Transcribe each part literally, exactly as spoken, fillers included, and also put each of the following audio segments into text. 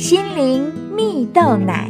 心灵蜜豆奶。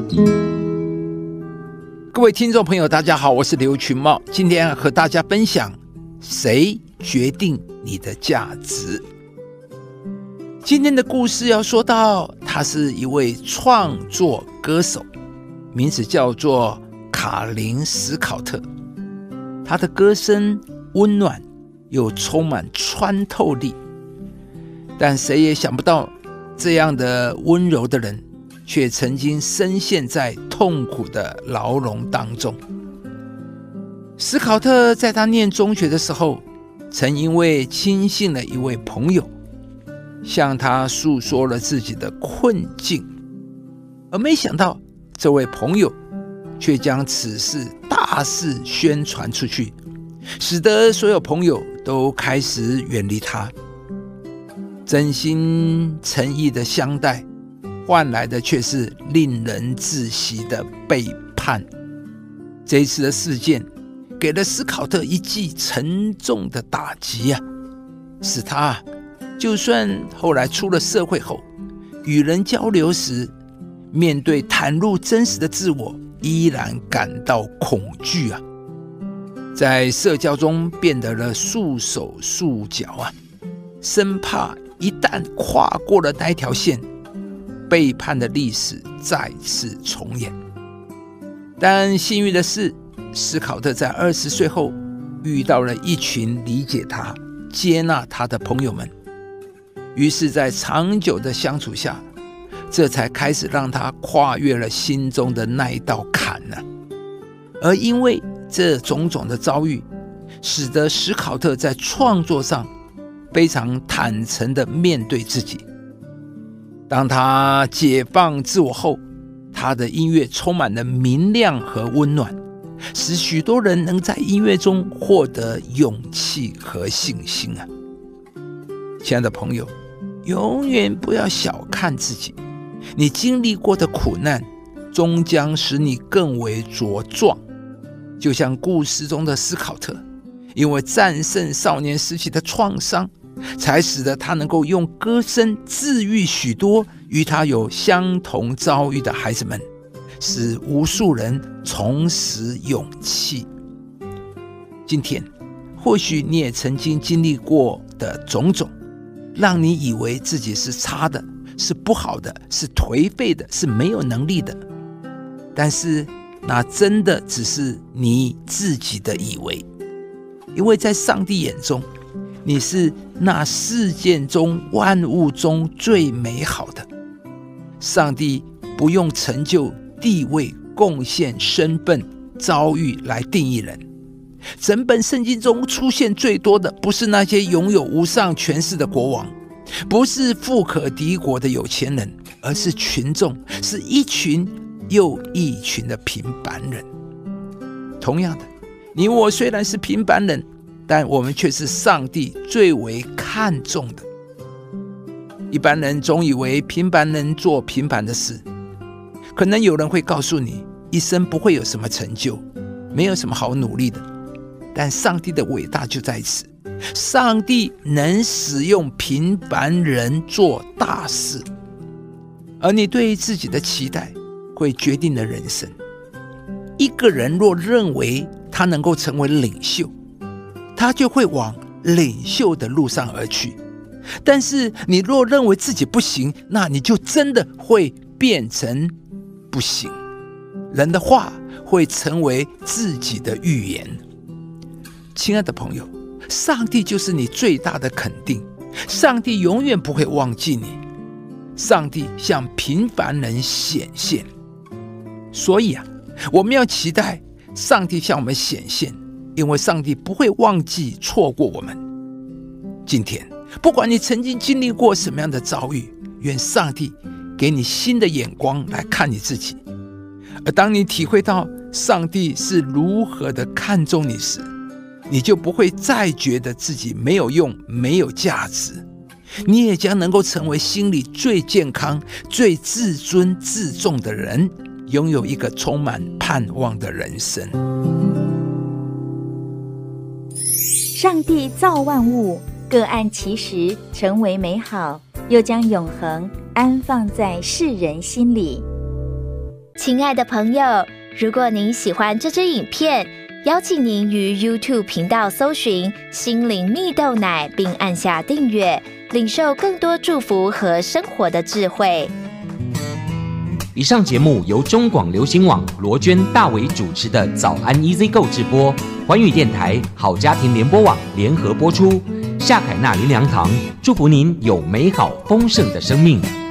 各位听众朋友大家好，我是刘群茂，今天和大家分享谁决定你的价值。今天的故事要说到，他是一位创作歌手，名字叫做卡林史考特。他的歌声温暖又充满穿透力，但谁也想不到，这样的温柔的人却曾经深陷在痛苦的牢笼当中。史考特在他念中学的时候，曾因为轻信了一位朋友，向他诉说了自己的困境，而没想到这位朋友却将此事大肆宣传出去，使得所有朋友都开始远离他。真心诚意的相待，换来的却是令人窒息的背叛。这一次的事件给了史考特一记沉重的打击啊，使他就算后来出了社会后，与人交流时，面对袒露真实的自我，依然感到恐惧啊，在社交中变得了束手束脚啊，生怕一旦跨过了那条线，背叛的历史再次重演。但幸运的是，史考特在二十岁后遇到了一群理解他、接纳他的朋友们，于是在长久的相处下，这才开始让他跨越了心中的那一道坎呢。而因为这种种的遭遇，使得史考特在创作上非常坦诚地面对自己。当他解放自我后，他的音乐充满了明亮和温暖，使许多人能在音乐中获得勇气和信心啊！亲爱的朋友，永远不要小看自己，你经历过的苦难终将使你更为茁壮。就像故事中的史考特，因为战胜少年时期的创伤，才使得他能够用歌声治愈许多与他有相同遭遇的孩子们，使无数人重拾勇气。今天或许你也曾经经历过的种种，让你以为自己是差的，是不好的，是颓废的，是没有能力的。但是那真的只是你自己的以为，因为在上帝眼中，你是那世界中万物中最美好的。上帝不用成就、地位、贡献、身份、遭遇来定义人。整本圣经中出现最多的，不是那些拥有无上权势的国王，不是富可敌国的有钱人，而是群众，是一群又一群的平凡人。同样的，你我虽然是平凡人，但我们却是上帝最为看重的。一般人总以为平凡人做平凡的事，可能有人会告诉你，一生不会有什么成就，没有什么好努力的。但上帝的伟大就在此，上帝能使用平凡人做大事，而你对自己的期待会决定了人生。一个人若认为他能够成为领袖，他就会往领袖的路上而去。但是你若认为自己不行，那你就真的会变成不行。人的话会成为自己的预言。亲爱的朋友，上帝就是你最大的肯定，上帝永远不会忘记你。上帝向平凡人显现，所以啊，我们要期待上帝向我们显现，因为上帝不会忘记错过我们。今天不管你曾经经历过什么样的遭遇，愿上帝给你新的眼光来看你自己。而当你体会到上帝是如何的看重你时，你就不会再觉得自己没有用、没有价值，你也将能够成为心里最健康、最自尊自重的人，拥有一个充满盼望的人生。 上帝造万物，各按其时成为美好，又将永恒安放在世人心里。 亲爱的朋友，如果您喜欢这支影片，邀请您于 YouTube 频道搜寻心灵蜜豆奶，并按下订阅，领受更多祝福和生活的智慧。 以上节目由中广流行网罗娟、大伟主持的早安 E Z Go 直播，环宇电台、好家庭联播网联合播出。夏凯纳林良堂祝福您有美好丰盛的生命。